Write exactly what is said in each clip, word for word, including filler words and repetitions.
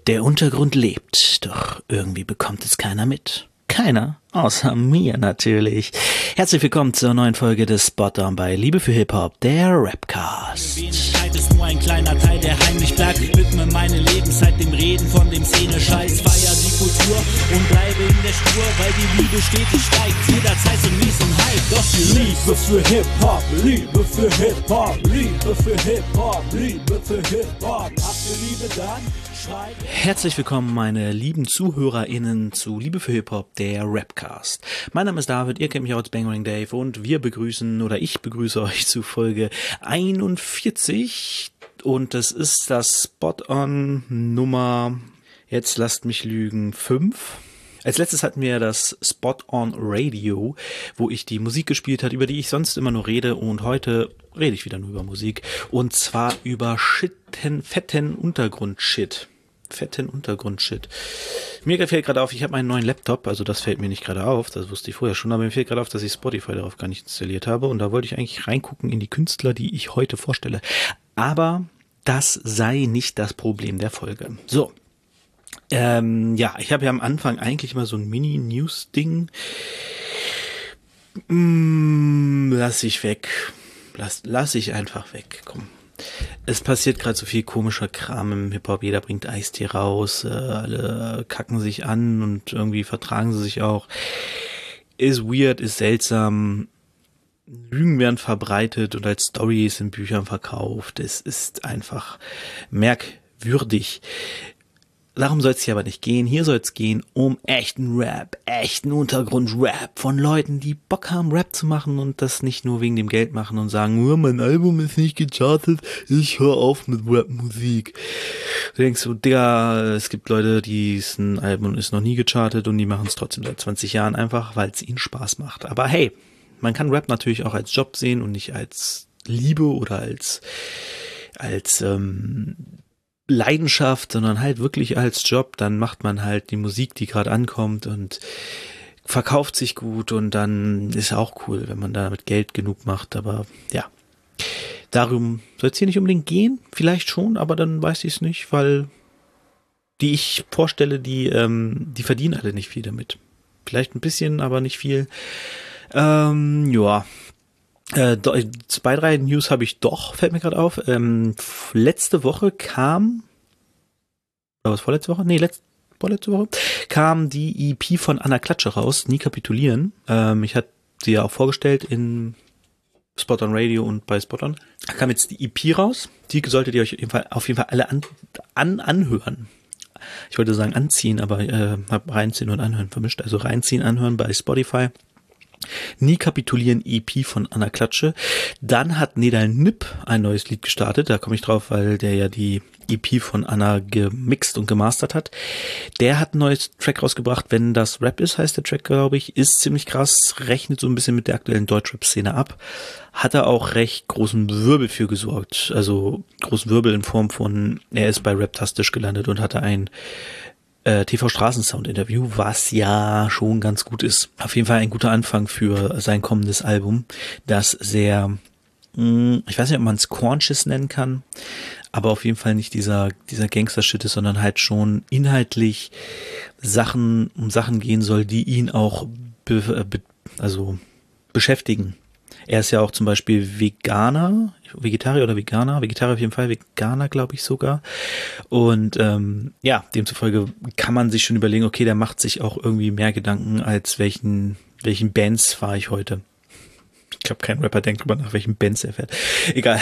Der Untergrund lebt, doch irgendwie bekommt es keiner mit. Keiner, außer mir natürlich. Herzlich willkommen zur neuen Folge des Spot-On bei Liebe für Hip-Hop, der Rapcast. Wenigkeit ist nur ein kleiner Teil, der heimlich bleibt. Widme meine Lebenszeit dem Reden von dem Szene-Scheiß. Feier die Kultur und bleibe in der Spur, weil die Liebe stetig steigt. Jederzeit so mies und Hype, doch die Liebe für Hip-Hop, Liebe für Hip-Hop, Liebe für Hip-Hop, Liebe für Hip-Hop. Habt ihr Liebe dann? Herzlich willkommen, meine lieben ZuhörerInnen zu Liebe für Hip-Hop, der Rapcast. Mein Name ist David, ihr kennt mich auch als Bangering Dave und wir begrüßen, oder ich begrüße euch zu Folge einundvierzig und das ist das Spot-On Nummer, jetzt lasst mich lügen, fünf. Als letztes hatten wir das Spot-On Radio, wo ich die Musik gespielt habe, über die ich sonst immer nur rede, und heute rede ich wieder nur über Musik, und zwar über shitten, fetten Untergrund-Shit. Fetten Untergrund-Shit. Mir fällt gerade auf, ich habe einen neuen Laptop, also das fällt mir nicht gerade auf, das wusste ich vorher schon, aber mir fällt gerade auf, dass ich Spotify darauf gar nicht installiert habe, und da wollte ich eigentlich reingucken in die Künstler, die ich heute vorstelle. Aber das sei nicht das Problem der Folge. So. Ähm, ja, ich habe ja am Anfang eigentlich mal so ein Mini-News-Ding. Mm, lass ich weg. Lass, lass ich einfach weg. Komm. Es passiert gerade so viel komischer Kram im Hip-Hop. Jeder bringt Eistee raus. Äh, alle kacken sich an und irgendwie vertragen sie sich auch. Ist weird, ist seltsam. Lügen werden verbreitet und als Stories in Büchern verkauft. Es ist einfach merkwürdig. Darum soll es hier aber nicht gehen. Hier soll es gehen um echten Rap, echten Untergrund-Rap von Leuten, die Bock haben, Rap zu machen und das nicht nur wegen dem Geld machen und sagen, oh, mein Album ist nicht gechartet, ich höre auf mit Rap-Musik. Du denkst so, Digga, es gibt Leute, die ist ein Album ist noch nie gechartet und die machen es trotzdem seit zwanzig Jahren einfach, weil es ihnen Spaß macht. Aber hey, man kann Rap natürlich auch als Job sehen und nicht als Liebe oder als als ähm, Leidenschaft, sondern halt wirklich als Job. Dann macht man halt die Musik, die gerade ankommt und verkauft sich gut, und dann ist auch cool, wenn man damit Geld genug macht. Aber ja, darum soll es hier nicht unbedingt gehen. Vielleicht schon, aber dann weiß ich es nicht, weil die ich vorstelle, die ähm, die verdienen alle nicht viel damit. Vielleicht ein bisschen, aber nicht viel. Ähm, ja. Äh, zwei, drei News habe ich doch, fällt mir gerade auf. Ähm, letzte Woche kam, oder was, vorletzte Woche? Nee, letzte, vorletzte Woche kam die E P von Anna Klatsche raus, Nie kapitulieren. Ähm, ich hatte sie ja auch vorgestellt in Spot-On Radio und bei Spot-On. Da kam jetzt die E P raus. Die solltet ihr euch auf jeden Fall, auf jeden Fall alle an, an, anhören. Ich wollte sagen anziehen, aber äh, hab reinziehen und anhören vermischt. Also reinziehen, anhören bei Spotify. Nie kapitulieren E P von Anna Klatsche. Dann hat Nedal Nip ein neues Lied gestartet. Da komme ich drauf, weil der ja die E P von Anna gemixt und gemastert hat. Der hat ein neues Track rausgebracht. Wenn das Rap ist, heißt der Track, glaube ich. Ist ziemlich krass. Rechnet so ein bisschen mit der aktuellen Deutschrap-Szene ab. Hat er auch recht großen Wirbel für gesorgt. Also großen Wirbel in Form von, er ist bei Raptastisch gelandet und hatte ein Äh, T V-Straßensound-Interview, was ja schon ganz gut ist. Auf jeden Fall ein guter Anfang für sein kommendes Album, das sehr, mh, ich weiß nicht, ob man es Conscious nennen kann, aber auf jeden Fall nicht dieser dieser Gangster-Shit ist, sondern halt schon inhaltlich Sachen um Sachen gehen soll, die ihn auch be, be, also beschäftigen. Er ist ja auch zum Beispiel Veganer, Vegetarier oder Veganer, Vegetarier auf jeden Fall, Veganer glaube ich sogar. Und ähm, ja, demzufolge kann man sich schon überlegen, okay, der macht sich auch irgendwie mehr Gedanken, als welchen welchen Bands fahre ich heute. Ich glaube, kein Rapper denkt drüber nach, welchen Bands er fährt. Egal.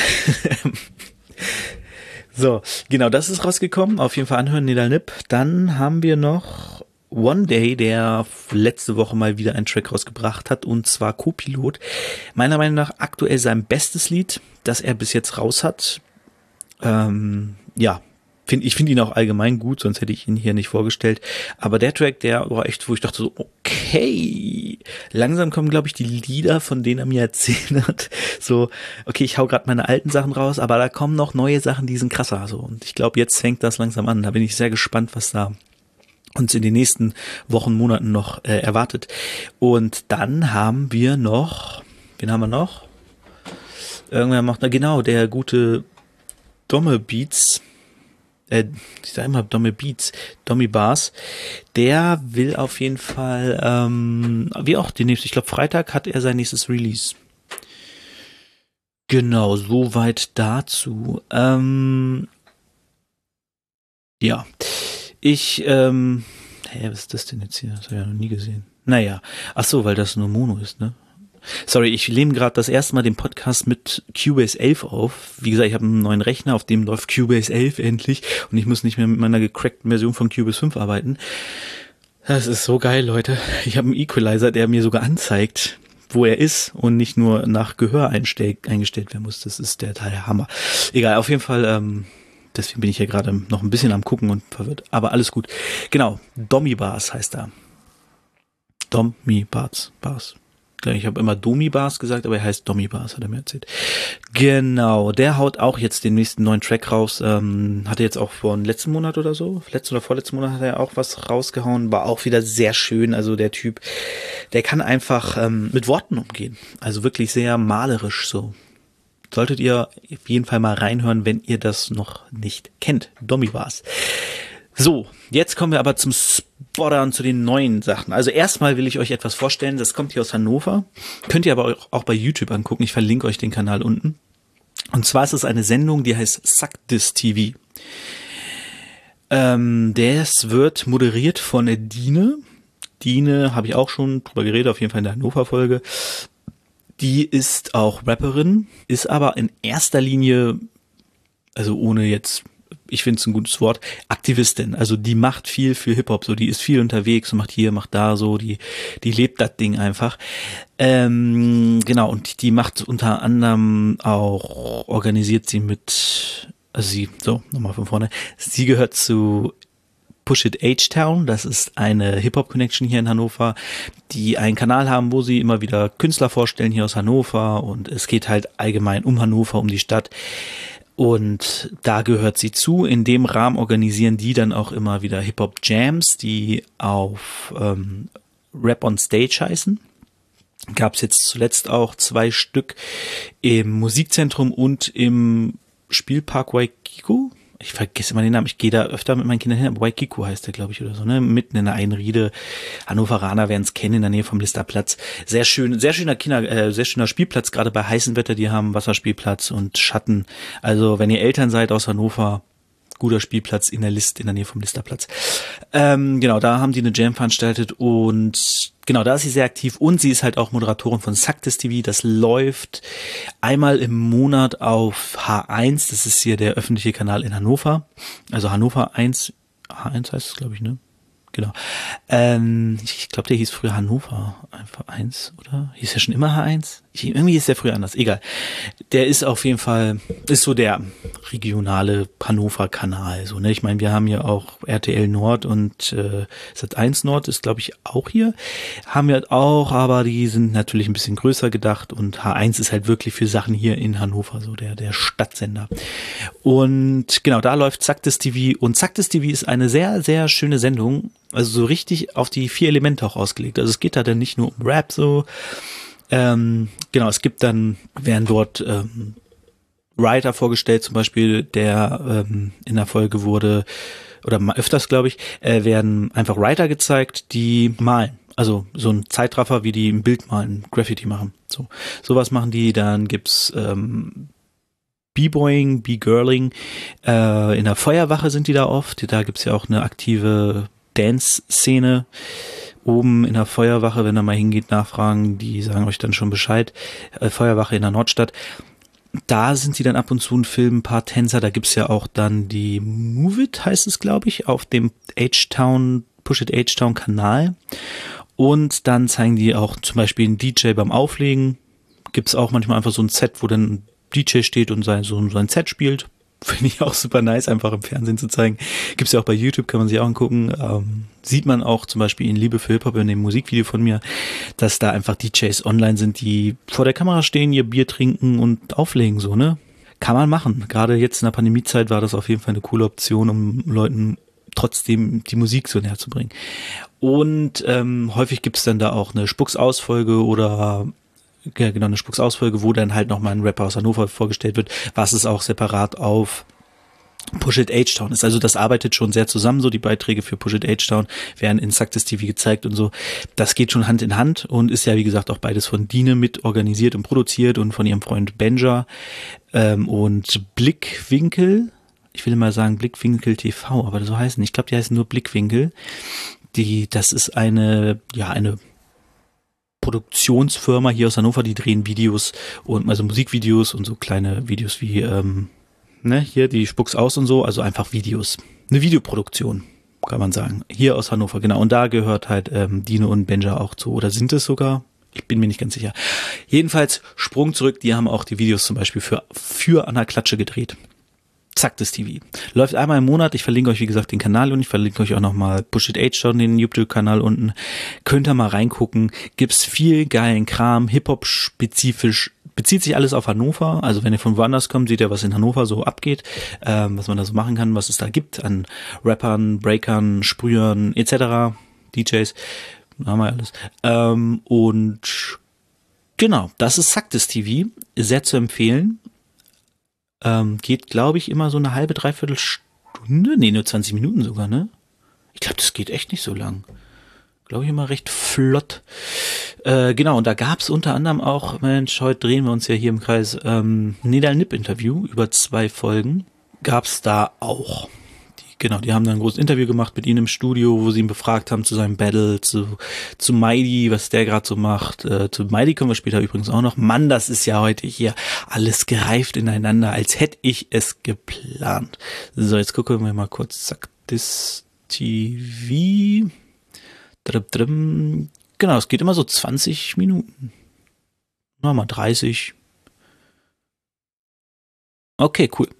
So, genau, das ist rausgekommen. Auf jeden Fall anhören, Nedal Nip. Dann haben wir noch One Day, der letzte Woche mal wieder einen Track rausgebracht hat, und zwar Co-Pilot. Meiner Meinung nach aktuell sein bestes Lied, das er bis jetzt raus hat. Ähm, ja, find, ich finde ihn auch allgemein gut, sonst hätte ich ihn hier nicht vorgestellt. Aber der Track, der war echt, wo ich dachte so, okay, langsam kommen, glaube ich, die Lieder, von denen er mir erzählt hat. So, okay, ich hau gerade meine alten Sachen raus, aber da kommen noch neue Sachen, die sind krasser. So. Und ich glaube, jetzt fängt das langsam an. Da bin ich sehr gespannt, was da uns in den nächsten Wochen, Monaten noch äh, erwartet. Und dann haben wir noch, wen haben wir noch? Irgendwer macht, na genau, der gute Domme Beats, äh, ich sag immer Dommy Beats, Dommy Bars, der will auf jeden Fall, ähm, wie auch die nächste, ich glaube Freitag hat er sein nächstes Release. Genau, soweit dazu. Ähm, ja, ich, ähm, hä, was ist das denn jetzt hier? Das habe ich ja noch nie gesehen. Naja, ach so, weil das nur Mono ist, ne? Sorry, ich nehme gerade das erste Mal den Podcast mit Cubase elf auf. Wie gesagt, ich habe einen neuen Rechner, auf dem läuft Cubase elf endlich und ich muss nicht mehr mit meiner gecrackten Version von Cubase fünf arbeiten. Das ist so geil, Leute. Ich habe einen Equalizer, der mir sogar anzeigt, wo er ist und nicht nur nach Gehör einstell- eingestellt werden muss. Das ist der Teil der Hammer. Egal, auf jeden Fall, ähm, deswegen bin ich hier gerade noch ein bisschen am Gucken und verwirrt. Aber alles gut. Genau, Dommy Bars heißt er. Dommy Bars, Bars. Ich habe immer Domi Bars gesagt, aber er heißt Dommy Bars, hat er mir erzählt. Genau, der haut auch jetzt den nächsten neuen Track raus. Ähm, hatte jetzt auch vor letzten Monat oder so, letzten oder vorletzten Monat hat er auch was rausgehauen. War auch wieder sehr schön. Also der Typ, der kann einfach ähm, mit Worten umgehen. Also wirklich sehr malerisch so. Solltet ihr auf jeden Fall mal reinhören, wenn ihr das noch nicht kennt. Dommy Bars. So, jetzt kommen wir aber zum Spottern, zu den neuen Sachen. Also erstmal will ich euch etwas vorstellen, das kommt hier aus Hannover. Könnt ihr aber auch bei YouTube angucken, ich verlinke euch den Kanal unten. Und zwar ist es eine Sendung, die heißt Suck This T V. Ähm, das wird moderiert von der Dine. Dine habe ich auch schon drüber geredet, auf jeden Fall in der Hannover-Folge. Die ist auch Rapperin, ist aber in erster Linie, also ohne jetzt... ich finde es ein gutes Wort, Aktivistin. Also die macht viel für Hip-Hop, so die ist viel unterwegs und macht hier, macht da so, die die lebt das Ding einfach. Ähm, genau, und die macht unter anderem auch, organisiert sie mit, also sie, so, nochmal von vorne, sie gehört zu Push It H-Town, das ist eine Hip-Hop-Connection hier in Hannover, die einen Kanal haben, wo sie immer wieder Künstler vorstellen hier aus Hannover und es geht halt allgemein um Hannover, um die Stadt. Und da gehört sie zu. In dem Rahmen organisieren die dann auch immer wieder Hip-Hop-Jams, die auf ähm, Rap on Stage heißen. Gab es jetzt zuletzt auch zwei Stück im Musikzentrum und im Spielpark Waikiki. Ich vergesse immer den Namen, ich gehe da öfter mit meinen Kindern hin, aber Waikiki heißt der, glaube ich, oder so, ne? Mitten in der Einriede. Hannoveraner werden es kennen, in der Nähe vom Listerplatz. Sehr schön, sehr schöner Kinder, äh, sehr schöner Spielplatz, gerade bei heißem Wetter, die haben Wasserspielplatz und Schatten. Also, wenn ihr Eltern seid aus Hannover, guter Spielplatz in der List, in der Nähe vom Listerplatz. Ähm, genau, da haben die eine Jam veranstaltet und genau, da ist sie sehr aktiv und sie ist halt auch Moderatorin von Suck This T V. Das läuft einmal im Monat auf H eins, das ist hier der öffentliche Kanal in Hannover. Also Hannover eins, H eins heißt es, glaube ich, ne? Genau. Ähm, ich glaube, der hieß früher Hannover einfach eins, oder? Hieß der schon immer H eins? Ich, irgendwie ist der früher anders. Egal. Der ist auf jeden Fall, ist so der regionale Hannover-Kanal. So, ne? Ich meine, wir haben hier auch R T L Nord und äh, Sat eins Nord ist, glaube ich, auch hier. Haben wir auch, aber die sind natürlich ein bisschen größer gedacht und H eins ist halt wirklich für Sachen hier in Hannover, so der, der Stadtsender. Und genau, da läuft Suck This T V und Suck This T V ist eine sehr, sehr schöne Sendung. Also so richtig auf die vier Elemente auch ausgelegt. Also es geht da dann nicht nur um Rap so. Ähm, genau, es gibt dann, werden dort ähm, Writer vorgestellt, zum Beispiel, der ähm, in der Folge wurde, oder mal öfters, glaube ich, äh, werden einfach Writer gezeigt, die malen. Also so ein Zeitraffer, wie die ein Bild malen, Graffiti machen. So, sowas machen die. Dann gibt's ähm, B-Boying, B-Girling. Äh, in der Feuerwache sind die da oft. Da gibt's ja auch eine aktive Dance-Szene oben in der Feuerwache, wenn ihr mal hingeht, nachfragen, die sagen euch dann schon Bescheid. Äh, Feuerwache in der Nordstadt. Da sind sie dann ab und zu und filmen ein paar Tänzer. Da gibt's ja auch dann die Move It, heißt es, glaube ich, auf dem H-Town, Push It H-Town Kanal. Und dann zeigen die auch zum Beispiel einen D J beim Auflegen. Gibt's auch manchmal einfach so ein Set, wo dann ein D J steht und sein, so, so ein Set spielt. Finde ich auch super nice, einfach im Fernsehen zu zeigen. Gibt's ja auch bei YouTube, kann man sich auch angucken. Ähm, sieht man auch zum Beispiel in Liebe für Hip-Hop in dem Musikvideo von mir, dass da einfach D Js online sind, die vor der Kamera stehen, ihr Bier trinken und auflegen, so, ne? Kann man machen. Gerade jetzt in der Pandemiezeit war das auf jeden Fall eine coole Option, um Leuten trotzdem die Musik so näher zu bringen. Und ähm, häufig gibt's dann da auch eine Spucksausfolge oder ja, genau, eine Spucksausfolge, wo dann halt nochmal ein Rapper aus Hannover vorgestellt wird, was es auch separat auf Push It H-Town ist. Also das arbeitet schon sehr zusammen, so die Beiträge für Push It H-Town werden in Success T V gezeigt und so. Das geht schon Hand in Hand und ist ja, wie gesagt, auch beides von Dine mit organisiert und produziert und von ihrem Freund Benja ähm, und Blickwinkel. Ich will mal sagen Blickwinkel T V, aber so heißen, ich glaube, die heißen nur Blickwinkel. Die, das ist eine, ja, eine Produktionsfirma hier aus Hannover, die drehen Videos und also Musikvideos und so kleine Videos wie ähm, ne, hier die Spucks aus und so, also einfach Videos. Eine Videoproduktion, kann man sagen. Hier aus Hannover, genau. Und da gehört halt ähm, Dine und Benja auch zu. Oder sind es sogar? Ich bin mir nicht ganz sicher. Jedenfalls, Sprung zurück, die haben auch die Videos zum Beispiel für, für Anna Klatsche gedreht. Success T V. Läuft einmal im Monat. Ich verlinke euch, wie gesagt, den Kanal und ich verlinke euch auch nochmal Push It H-Town, den YouTube-Kanal unten. Könnt ihr mal reingucken. Gibt's viel geilen Kram, Hip-Hop-spezifisch. Bezieht sich alles auf Hannover. Also wenn ihr von woanders kommt, seht ihr, was in Hannover so abgeht, ähm, was man da so machen kann, was es da gibt an Rappern, Breakern, Sprühern et cetera, D Js. Da haben wir alles. Ähm, und genau, das ist Success T V. Sehr zu empfehlen. Ähm, geht, glaube ich, immer so eine halbe, dreiviertel Stunde. Nee, nur zwanzig Minuten sogar, ne? Ich glaube, das geht echt nicht so lang. Glaube ich immer recht flott. Äh, genau, und da gab's unter anderem auch, Mensch, heute drehen wir uns ja hier im Kreis, ähm, Nedal Nip-Interview über zwei Folgen. Gab's da auch. Die, genau, die haben dann ein großes Interview gemacht mit ihm im Studio, wo sie ihn befragt haben zu seinem Battle, zu, zu Mighty, was der gerade so macht. Äh, zu Mighty kommen wir später übrigens auch noch. Mann, das ist ja heute hier alles gereift ineinander, als hätte ich es geplant. So, jetzt gucken wir mal kurz. Zack, das T V... Genau, es geht immer so zwanzig Minuten. Nochmal dreißig. Okay, cool.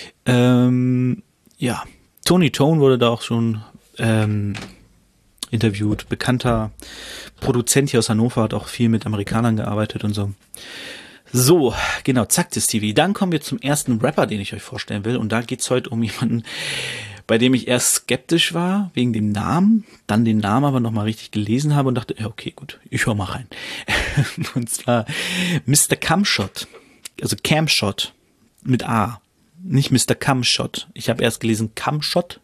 Ähm, ja, Tony Tone wurde da auch schon ähm, interviewt. Bekannter Produzent hier aus Hannover, hat auch viel mit Amerikanern gearbeitet und so. So, genau, Success T V. Dann kommen wir zum ersten Rapper, den ich euch vorstellen will. Und da geht's heute um jemanden, bei dem ich erst skeptisch war, wegen dem Namen, dann den Namen aber nochmal richtig gelesen habe und dachte, ja, okay, gut, ich höre mal rein. Und zwar Mister Camshot, also Camshot mit A, nicht Mister Camshot. Ich habe erst gelesen Camshot,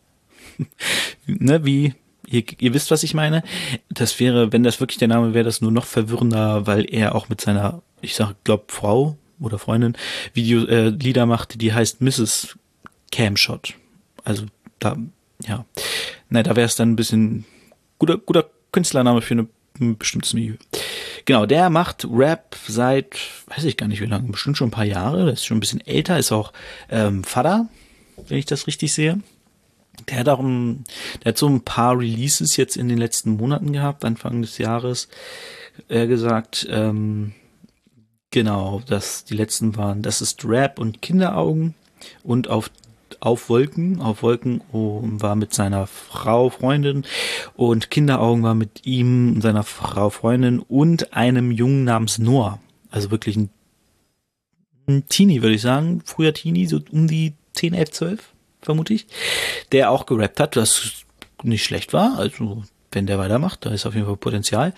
ne, wie, ihr, ihr wisst, was ich meine. Das wäre, wenn das wirklich der Name wäre, das nur noch verwirrender, weil er auch mit seiner, ich sag, glaub, Frau oder Freundin Video, äh, Lieder macht, die heißt Misses Camshot. Also da, ja, na, da wäre es dann ein bisschen guter, guter Künstlername für eine, ein bestimmtes Milieu. Genau, der macht Rap seit, weiß ich gar nicht wie lange, bestimmt schon ein paar Jahre, der ist schon ein bisschen älter, ist auch ähm, Vater, wenn ich das richtig sehe. Der hat auch ein, der hat so ein paar Releases jetzt in den letzten Monaten gehabt, Anfang des Jahres, er gesagt, ähm, genau, dass die letzten waren, das ist Rap und Kinderaugen und auf Auf Wolken, auf Wolken oh, war mit seiner Frau, Freundin und Kinderaugen war mit ihm, seiner Frau, Freundin und einem Jungen namens Noah. Also wirklich ein, ein Teenie, würde ich sagen. Früher Teenie, so um die zehn, elf, zwölf, vermute ich. Der auch gerappt hat, was nicht schlecht war. Also wenn der weitermacht, da ist auf jeden Fall Potenzial.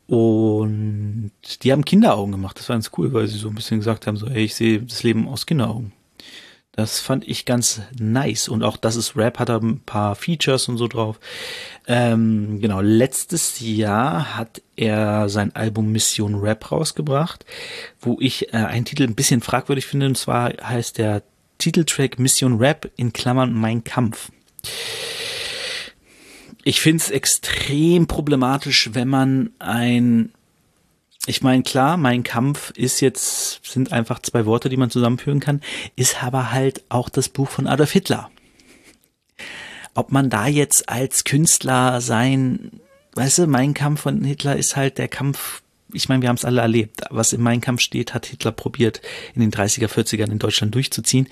Und die haben Kinderaugen gemacht. Das war ganz cool, weil sie so ein bisschen gesagt haben, so, ey, ich sehe das Leben aus Kinderaugen. Das fand ich ganz nice. Und auch das ist Rap, hat er ein paar Features und so drauf. Ähm, genau, letztes Jahr hat er sein Album Mission Rap rausgebracht, wo ich äh, einen Titel ein bisschen fragwürdig finde. Und zwar heißt der Titeltrack Mission Rap in Klammern Mein Kampf. Ich finde es extrem problematisch, wenn man ein... Ich meine, klar, Mein Kampf ist jetzt, sind einfach zwei Worte, die man zusammenführen kann, ist aber halt auch das Buch von Adolf Hitler. Ob man da jetzt als Künstler sein, weißt du, Mein Kampf von Hitler ist halt der Kampf, ich meine, wir haben es alle erlebt, was in Mein Kampf steht, hat Hitler probiert, in den dreißiger, vierzigern in Deutschland durchzuziehen.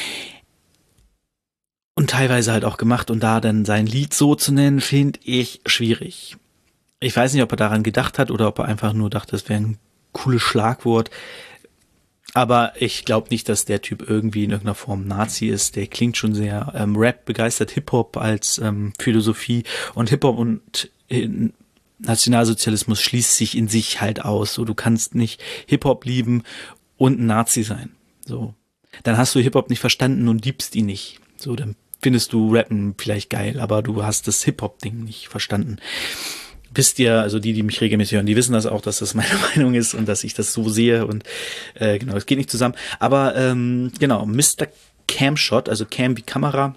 Und teilweise halt auch gemacht und da dann sein Lied so zu nennen, finde ich schwierig. Ich weiß nicht, ob er daran gedacht hat oder ob er einfach nur dachte, es wäre ein cooles Schlagwort. Aber ich glaube nicht, dass der Typ irgendwie in irgendeiner Form Nazi ist. Der klingt schon sehr ähm, Rap begeistert, Hip-Hop als ähm, Philosophie. Und Hip-Hop und äh, Nationalsozialismus schließt sich in sich halt aus. So, du kannst nicht Hip-Hop lieben und ein Nazi sein. So, dann hast du Hip-Hop nicht verstanden und liebst ihn nicht. So, dann findest du Rappen vielleicht geil, aber du hast das Hip-Hop-Ding nicht verstanden. Wisst ihr, also die, die mich regelmäßig hören, die wissen das auch, dass das meine Meinung ist und dass ich das so sehe und äh, genau, es geht nicht zusammen. Aber ähm, genau, Mister Camshot, also Cam wie Kamera,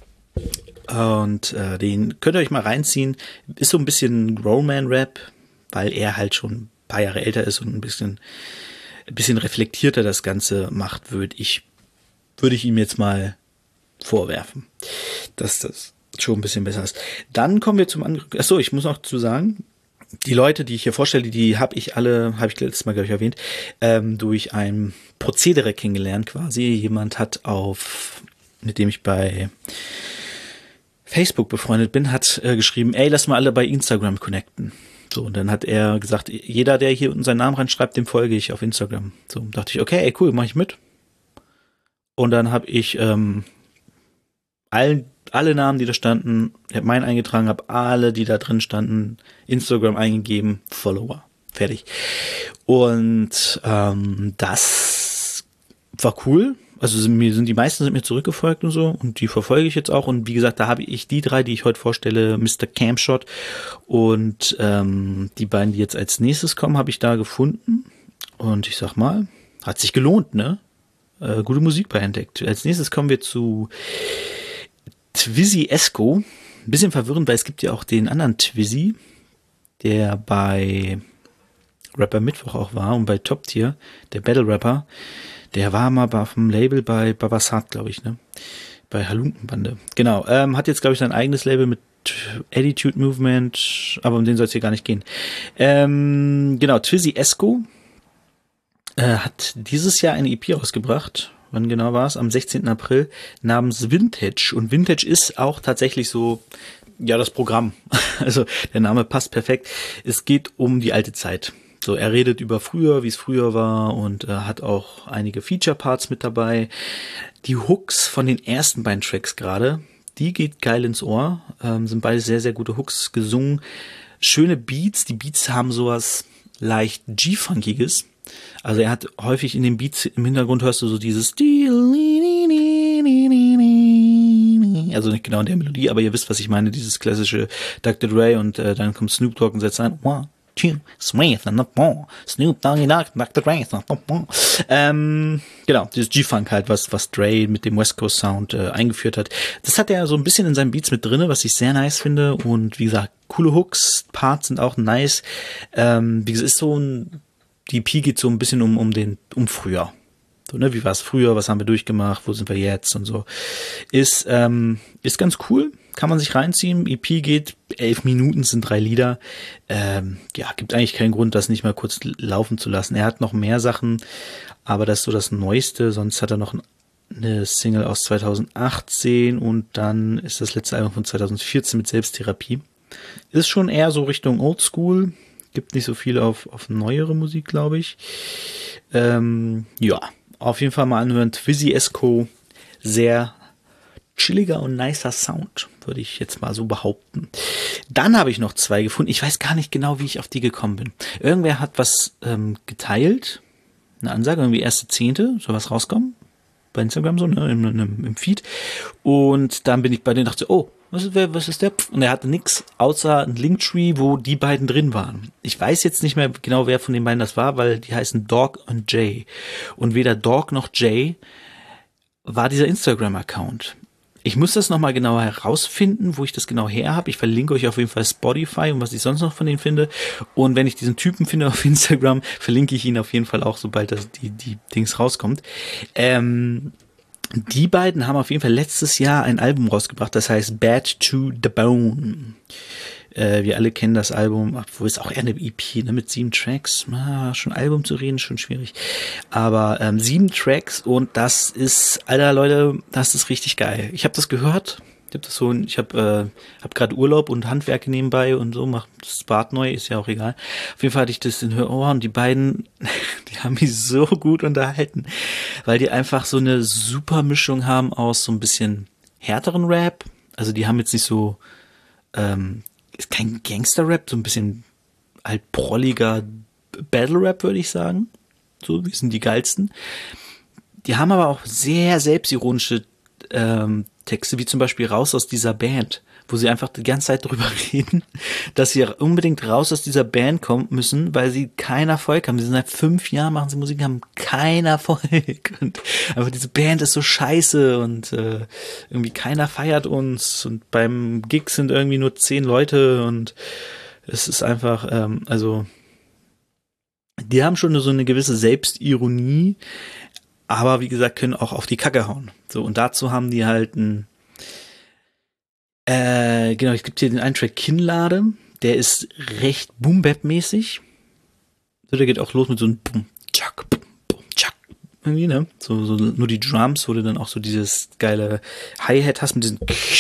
und äh, den könnt ihr euch mal reinziehen. Ist so ein bisschen Roman-Rap, weil er halt schon ein paar Jahre älter ist und ein bisschen, ein bisschen reflektierter das Ganze macht, würde ich, würde ich ihm jetzt mal vorwerfen, dass das schon ein bisschen besser ist. Dann kommen wir zum anderen. Achso, ich muss noch zu sagen, die Leute, die ich hier vorstelle, die habe ich alle, habe ich letztes Mal, glaube ich, erwähnt, ähm, durch ein Prozedere kennengelernt quasi. Jemand hat auf, mit dem ich bei Facebook befreundet bin, hat äh, geschrieben, ey, lass mal alle bei Instagram connecten. So, und dann hat er gesagt, jeder, der hier unten seinen Namen reinschreibt, dem folge ich auf Instagram. So, dachte ich, okay, ey, cool, mach ich mit. Und dann habe ich ähm, allen, alle Namen, die da standen, ich habe meinen eingetragen, habe alle, die da drin standen, Instagram eingegeben, Follower, fertig. Und ähm, das war cool. Also sind mir sind die meisten sind mir zurückgefolgt und so und die verfolge ich jetzt auch und wie gesagt, da habe ich die drei, die ich heute vorstelle, Mister Camshot und ähm, die beiden, die jetzt als nächstes kommen, habe ich da gefunden und ich sag mal, hat sich gelohnt, ne? Äh, gute Musik bei entdeckt. Als nächstes kommen wir zu Twizzy Esco. Ein bisschen verwirrend, weil es gibt ja auch den anderen Twizzy, der bei Rapper Mittwoch auch war und bei Top Tier, der Battle Rapper. Der war mal auf dem Label bei Babasat, glaube ich, ne? Bei Halunkenbande. Genau, ähm, hat jetzt, glaube ich, sein eigenes Label mit Attitude Movement, aber um den soll es hier gar nicht gehen. Ähm, genau, Twizzy Esco äh, hat dieses Jahr eine E P rausgebracht. Wann genau war es? Am sechzehnten April namens Vintage. Und Vintage ist auch tatsächlich so, ja, das Programm. Also der Name passt perfekt. Es geht um die alte Zeit. So, er redet über früher, wie es früher war und äh, hat auch einige Feature-Parts mit dabei. Die Hooks von den ersten beiden Tracks gerade, die geht geil ins Ohr. Ähm, sind beide sehr, sehr gute Hooks gesungen. Schöne Beats. Die Beats haben sowas leicht G-Funkiges. Also er hat häufig in den Beats im Hintergrund hörst du so dieses also nicht genau in der Melodie, aber ihr wisst, was ich meine, dieses klassische Doktor Dre und äh, dann kommt Snoop Dogg und setzt ein One, two, three, Snoop Dogg, Doktor Dre, ähm, genau, dieses G-Funk halt, was was Dre mit dem West Coast Sound äh, eingeführt hat. Das hat er so ein bisschen in seinen Beats mit drinne, was ich sehr nice finde und wie gesagt, coole Hooks, Parts sind auch nice. Ähm, wie gesagt, ist so ein die E P geht so ein bisschen um um den um früher. So, ne, wie war es früher, was haben wir durchgemacht, wo sind wir jetzt und so. Ist ähm, ist ganz cool, kann man sich reinziehen. E P geht elf Minuten, sind drei Lieder. Ähm, ja, gibt eigentlich keinen Grund, das nicht mal kurz laufen zu lassen. Er hat noch mehr Sachen, aber das ist so das Neueste. Sonst hat er noch eine Single aus zweitausendachtzehn und dann ist das letzte Album von zweitausendvierzehn mit Selbsttherapie. Ist schon eher so Richtung Oldschool. Gibt nicht so viel auf, auf neuere Musik, glaube ich. Ähm, ja, auf jeden Fall mal anhören. Twizzy Esco, sehr chilliger und nicer Sound, würde ich jetzt mal so behaupten. Dann habe ich noch zwei gefunden. Ich weiß gar nicht genau, wie ich auf die gekommen bin. Irgendwer hat was ähm, geteilt, eine Ansage, irgendwie erste Zehnte, soll was rauskommen. Bei Instagram so, ne, im, im, im Feed. Und dann bin ich bei denen und dachte, oh, was ist, wer, was ist der? Und er hatte nix außer ein Linktree, wo die beiden drin waren. Ich weiß jetzt nicht mehr genau, wer von den beiden das war, weil die heißen Dog und Jay. Und weder Dog noch Jay war dieser Instagram-Account. Ich muss das nochmal genauer herausfinden, wo ich das genau her habe. Ich verlinke euch auf jeden Fall Spotify und was ich sonst noch von denen finde. Und wenn ich diesen Typen finde auf Instagram, verlinke ich ihn auf jeden Fall auch, sobald das die, die Dings rauskommt. Ähm... Die beiden haben auf jeden Fall letztes Jahr ein Album rausgebracht, das heißt Bad to the Bone. Äh, wir alle kennen das Album, obwohl es auch eher eine E P, ne, mit sieben Tracks. Ah, schon Album zu reden, schon schwierig. Aber ähm, sieben Tracks und das ist, Alter Leute, das ist richtig geil. Ich habe das gehört. Ich habe das so, ich habe äh, hab gerade Urlaub und Handwerke nebenbei und so, macht das Bad neu, ist ja auch egal. Auf jeden Fall hatte ich das in Ohren und die beiden, die haben mich so gut unterhalten, weil die einfach so eine super Mischung haben aus so ein bisschen härteren Rap. Also die haben jetzt nicht so, ähm, ist kein Gangster-Rap, so ein bisschen halt prolliger Battle-Rap, würde ich sagen. So, wir sind die geilsten. Die haben aber auch sehr selbstironische ähm, Subtexte, wie zum Beispiel raus aus dieser Band, wo sie einfach die ganze Zeit drüber reden, dass sie unbedingt raus aus dieser Band kommen müssen, weil sie keinen Erfolg haben. Sie sind seit fünf Jahren, machen sie Musik, haben keinen Erfolg. Und einfach diese Band ist so scheiße und äh, irgendwie keiner feiert uns und beim Gig sind irgendwie nur zehn Leute und es ist einfach, ähm, also die haben schon so eine gewisse Selbstironie, aber wie gesagt, können auch auf die Kacke hauen. So, und dazu haben die halt ein, äh, genau, es gibt hier den einen Track Kinnlade, der ist recht Boom-Bap-mäßig. So, der geht auch los mit so einem Boom, Tschak, Boom, Boom, Tschak, irgendwie, ne? So, so, nur die Drums, wo du dann auch so dieses geile Hi-Hat hast mit diesen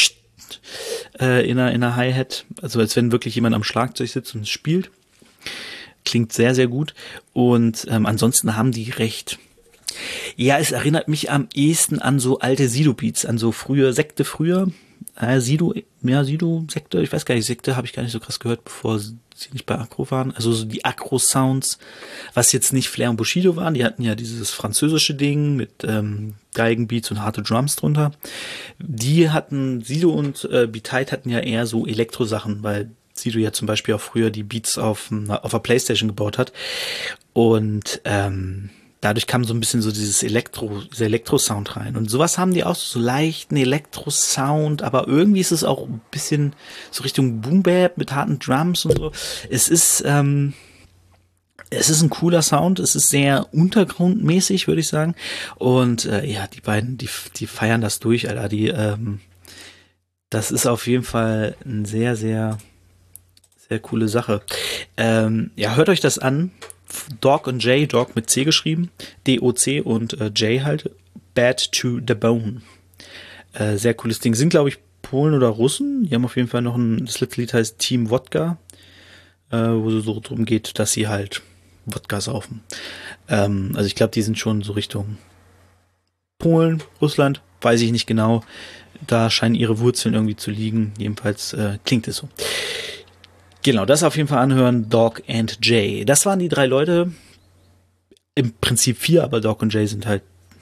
äh, in einer, in einer Hi-Hat, also als wenn wirklich jemand am Schlagzeug sitzt und es spielt. Klingt sehr, sehr gut. Und ähm, ansonsten haben die recht. Ja, es erinnert mich am ehesten an so alte Sido-Beats, an so frühe Sekte früher. Äh, Sido, ja, Sido-Sekte, ich weiß gar nicht, Sekte habe ich gar nicht so krass gehört, bevor sie nicht bei Akro waren. Also so die Akro-Sounds, was jetzt nicht Flair und Bushido waren, die hatten ja dieses französische Ding mit ähm, Geigenbeats und harte Drums drunter. Die hatten, Sido und äh, B-Tight hatten ja eher so Elektro-Sachen, weil Sido ja zum Beispiel auch früher die Beats auf, auf der Playstation gebaut hat. Und ähm, dadurch kam so ein bisschen so dieses Elektro, dieser Elektro-Sound rein. Und sowas haben die auch, so leichten Elektro-Sound, aber irgendwie ist es auch ein bisschen so Richtung Boom-Bap mit harten Drums und so. Es ist, ähm, es ist ein cooler Sound, es ist sehr untergrundmäßig, würde ich sagen. Und äh, ja, die beiden, die, die feiern das durch, Alter. Die, ähm, das ist auf jeden Fall ein sehr, sehr Sehr coole Sache. Ähm, ja, hört euch das an. Dog und Jay, Dog mit C geschrieben, D O C und äh, Jay halt, Bad to the Bone. Äh, sehr cooles Ding. Sind, glaube ich, Polen oder Russen. Die haben auf jeden Fall noch ein, das letzte Lied heißt Team Wodka, äh, wo es so drum geht, dass sie halt Wodka saufen. Ähm, also ich glaube, die sind schon so Richtung Polen, Russland, weiß ich nicht genau. Da scheinen ihre Wurzeln irgendwie zu liegen. Jedenfalls äh, klingt es so. Genau, das auf jeden Fall anhören, Dog and Jay. Das waren die drei Leute, im Prinzip vier, aber Dog und Jay sind halt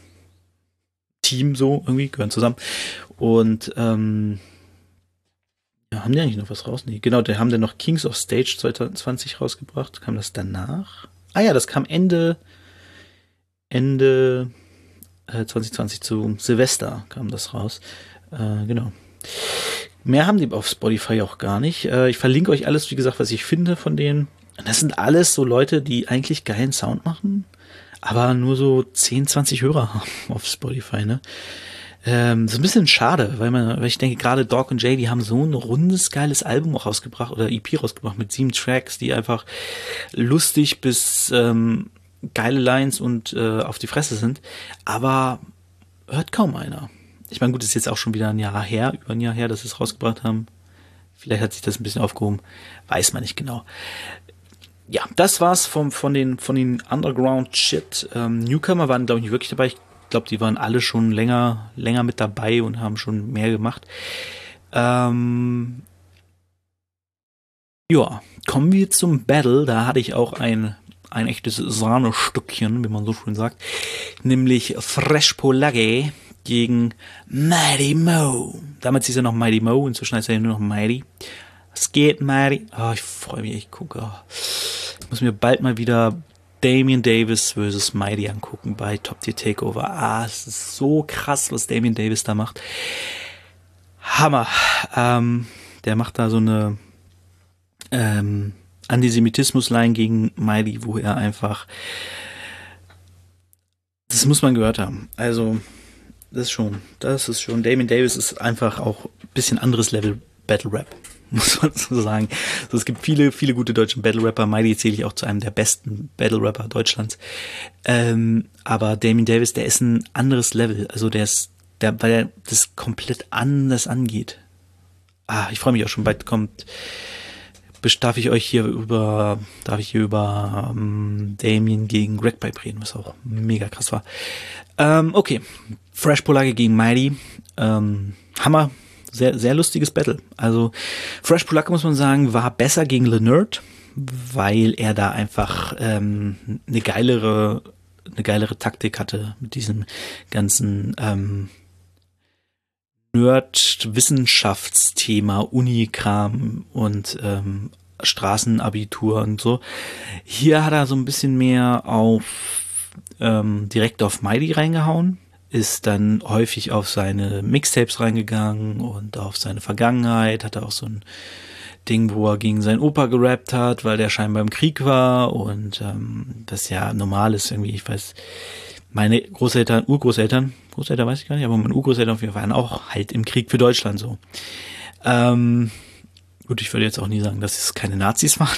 Team so irgendwie, gehören zusammen. Und ähm, ja, haben die eigentlich noch was raus? Nee, genau, die haben dann noch Kings of Stage zwanzig zwanzig rausgebracht. Kam das danach? Ah ja, das kam Ende Ende äh, zwanzig zwanzig zu Silvester kam das raus. Äh, genau. Mehr haben die auf Spotify auch gar nicht. Äh, ich verlinke euch alles, wie gesagt, was ich finde von denen. Das sind alles so Leute, die eigentlich geilen Sound machen, aber nur so zehn, zwanzig Hörer haben auf Spotify, ne? Ähm, so ein bisschen schade, weil man, weil ich denke, gerade Dog und Jay, die haben so ein rundes, geiles Album auch rausgebracht oder E P rausgebracht mit sieben Tracks, die einfach lustig bis ähm, geile Lines und äh, auf die Fresse sind, aber hört kaum einer. Ich meine, gut, ist jetzt auch schon wieder ein Jahr her, über ein Jahr her, dass sie es rausgebracht haben. Vielleicht hat sich das ein bisschen aufgehoben, weiß man nicht genau. Ja, das war's vom, von den, von den Underground-Shit. Ähm, Newcomer waren, glaube ich, nicht wirklich dabei. Ich glaube, die waren alle schon länger, länger mit dabei und haben schon mehr gemacht. Ähm, ja, kommen wir zum Battle. Da hatte ich auch ein, ein echtes Sahnestückchen, wie man so schön sagt. Nämlich Fresh Polage gegen Mighty Mo. Damals hieß er noch Mighty Mo, inzwischen heißt er nur noch Mighty. Was geht, Mighty? Oh, ich freue mich, ich gucke. Oh. Ich muss mir bald mal wieder Damian Davis versus Mighty angucken bei Top Tier Takeover. Ah, es ist so krass, was Damian Davis da macht. Hammer. Ähm, der macht da so eine ähm, Antisemitismus-Line gegen Mighty, wo er einfach, das muss man gehört haben. Also Das ist schon, das ist schon. Damian Davis ist einfach auch ein bisschen anderes Level Battle Rap, muss man so sagen. Also es gibt viele, viele gute deutsche Battle Rapper. Mighty zähle ich auch zu einem der besten Battle Rapper Deutschlands. Ähm, aber Damian Davis, der ist ein anderes Level. Also der ist, der, weil er das komplett anders angeht. Ah, ich freue mich auch schon, bald kommt, darf ich euch hier über, darf ich hier über ähm, Damien gegen Greg Pipe reden, was auch mega krass war. Ähm, okay, Fresh Polage gegen Mighty, ähm, Hammer, sehr, sehr lustiges Battle. Also Fresh Polage, muss man sagen, war besser gegen Leonard, weil er da einfach ähm, eine geilere, eine geilere Taktik hatte mit diesem ganzen ähm, Nerd-Wissenschaftsthema, Unikram und ähm, Straßenabitur und so. Hier hat er so ein bisschen mehr auf ähm, direkt auf Mighty reingehauen, ist dann häufig auf seine Mixtapes reingegangen und auf seine Vergangenheit, hatte auch so ein Ding, wo er gegen seinen Opa gerappt hat, weil der scheinbar im Krieg war und ähm, das ja normal ist irgendwie, ich weiß, meine Großeltern, Urgroßeltern, Großeltern weiß ich gar nicht, aber meine Urgroßeltern auf jeden Fall waren auch halt im Krieg für Deutschland so. Ähm, gut, ich würde jetzt auch nie sagen, dass es keine Nazis waren,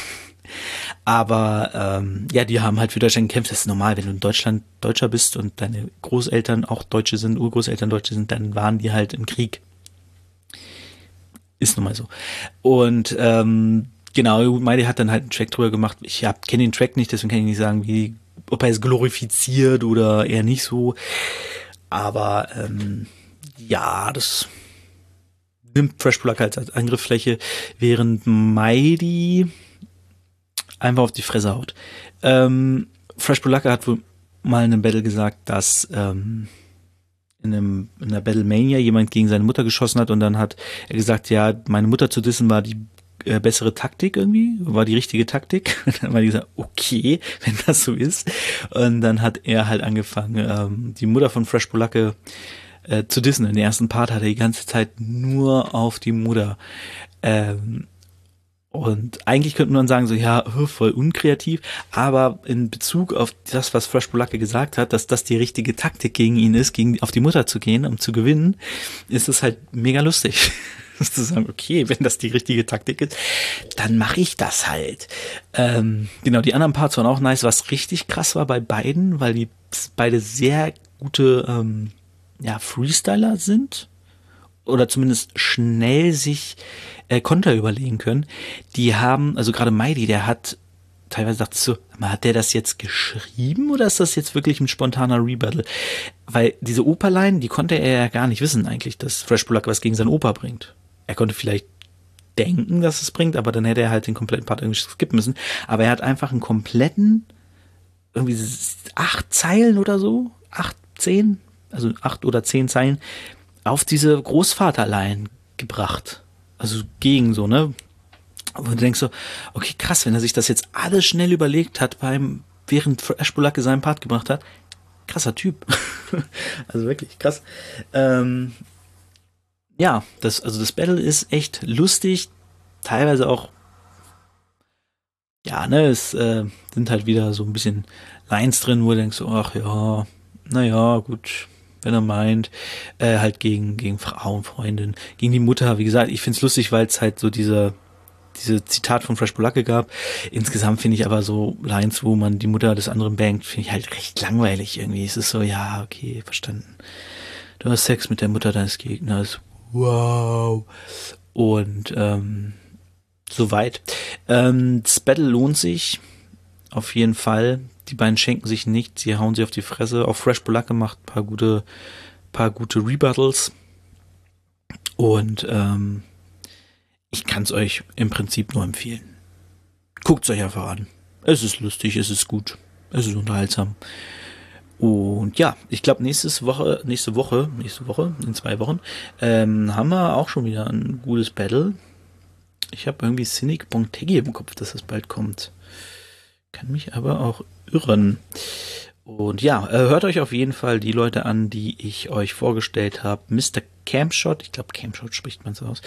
aber ähm, ja, die haben halt für Deutschland gekämpft. Das ist normal, wenn du in Deutschland Deutscher bist und deine Großeltern auch Deutsche sind, Urgroßeltern Deutsche sind, dann waren die halt im Krieg. Ist nun mal so. Und ähm, genau, Mighty hat dann halt einen Track drüber gemacht. Ich kenne den Track nicht, deswegen kann ich nicht sagen, wie, ob er es glorifiziert oder eher nicht so. Aber ähm, ja, das nimmt Fresh Polacca als Angriffsfläche, während Mighty einfach auf die Fresse haut. Ähm, Fresh Polacca hat wohl mal in einem Battle gesagt, dass ähm, in, einem, in einer Battlemania jemand gegen seine Mutter geschossen hat und dann hat er gesagt, ja, meine Mutter zu dissen war die äh, bessere Taktik irgendwie, war die richtige Taktik. Und dann war die gesagt, okay, wenn das so ist. Und dann hat er halt angefangen, ähm, die Mutter von Fresh Polacca äh, zu dissen. In der ersten Part hat er die ganze Zeit nur auf die Mutter ähm, und eigentlich könnte man sagen, so, ja, voll unkreativ, aber in Bezug auf das, was Fresh Polacca gesagt hat, dass das die richtige Taktik gegen ihn ist, gegen auf die Mutter zu gehen, um zu gewinnen, ist es halt mega lustig. Zu sagen, okay, wenn das die richtige Taktik ist, dann mache ich das halt. Ähm, genau, die anderen Parts waren auch nice, was richtig krass war bei beiden, weil die beide sehr gute ähm, ja, Freestyler sind oder zumindest schnell sich äh, Konter überlegen können. Die haben, also gerade Mighty, der hat teilweise dachte ich so, hat der das jetzt geschrieben oder ist das jetzt wirklich ein spontaner Rebuttal? Weil diese Operline, die konnte er ja gar nicht wissen eigentlich, dass Fresh Polacca was gegen seinen Opa bringt. Er konnte vielleicht denken, dass es bringt, aber dann hätte er halt den kompletten Part irgendwie skippen müssen. Aber er hat einfach einen kompletten, irgendwie acht Zeilen oder so, acht, zehn, also acht oder zehn Zeilen auf diese Großvaterline gebracht. Also gegen so, ne? Und du denkst so, okay, krass, wenn er sich das jetzt alles schnell überlegt hat, beim, während Fresh Polacca seinen Part gebracht hat, krasser Typ. Also wirklich krass. Ähm, ja, das, also das Battle ist echt lustig, teilweise auch, ja, ne, es äh, sind halt wieder so ein bisschen Lines drin, wo du denkst, ach ja, naja, gut, wenn er meint, äh, halt gegen, gegen Frauenfreundin, gegen die Mutter, wie gesagt, ich find's lustig, weil es halt so diese, diese Zitat von Fresh Polacca gab. Insgesamt finde ich aber so Lines, wo man die Mutter des anderen bangt, finde ich halt recht langweilig irgendwie. Es ist so, ja, okay, verstanden. Du hast Sex mit der Mutter deines Gegners. Wow. Und ähm, soweit. Ähm, das Battle lohnt sich auf jeden Fall. Die beiden schenken sich nichts, sie hauen sie auf die Fresse. Auch Fresh Polacca macht ein paar gute, paar gute Rebuttals. Und ähm, ich kann es euch im Prinzip nur empfehlen. Guckt es euch einfach an. Es ist lustig, es ist gut, es ist unterhaltsam. Und ja, ich glaube, nächste Woche, nächste Woche, nächste Woche, in zwei Wochen, ähm, haben wir auch schon wieder ein gutes Battle. Ich habe irgendwie Cynic Bontegi im Kopf, dass das bald kommt. Kann mich aber auch irren. Und ja, äh, hört euch auf jeden Fall die Leute an, die ich euch vorgestellt habe. Mister Campshot, ich glaube Campshot spricht man so aus.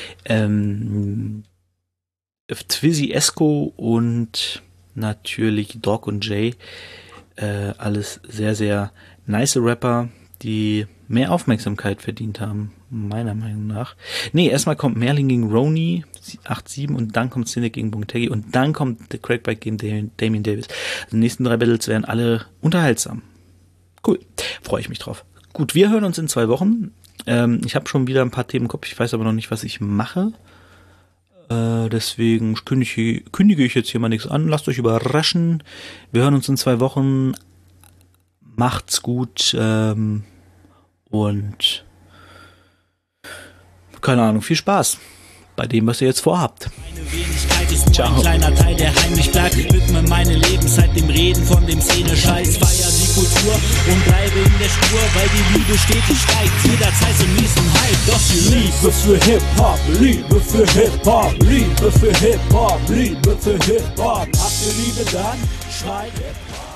Ähm, Twizzy Esco und natürlich Dog und Jay. Äh, alles sehr, sehr nice Rapper, die mehr Aufmerksamkeit verdient haben, meiner Meinung nach. Nee, erstmal kommt Merlin gegen Roni, acht sieben, und dann kommt Cynic gegen Bontegi und dann kommt The Crackback gegen Damien Davis. Die nächsten drei Battles werden alle unterhaltsam. Cool, freue ich mich drauf. Gut, wir hören uns in zwei Wochen. Ähm, ich habe schon wieder ein paar Themen im Kopf, ich weiß aber noch nicht, was ich mache. Äh, deswegen kündige, kündige ich jetzt hier mal nichts an. Lasst euch überraschen. Wir hören uns in zwei Wochen. Macht's gut. Ähm, und keine Ahnung, viel Spaß bei dem, was ihr jetzt vorhabt. Meine Wenigkeit ist Ein kleiner Teil, der heimlich bleibt, widme meine Lebenszeit dem Reden von dem Szene-Scheiß. Feier die Kultur und bleibe in der Spur, weil die Liebe stetig steigt, jederzeit so mies und Hype. Doch die Liebe für Hip-Hop, Liebe für Hip-Hop, Liebe für Hip-Hop, Liebe für Hip-Hop. Habt ihr Liebe, dann schreit Hip-Hop.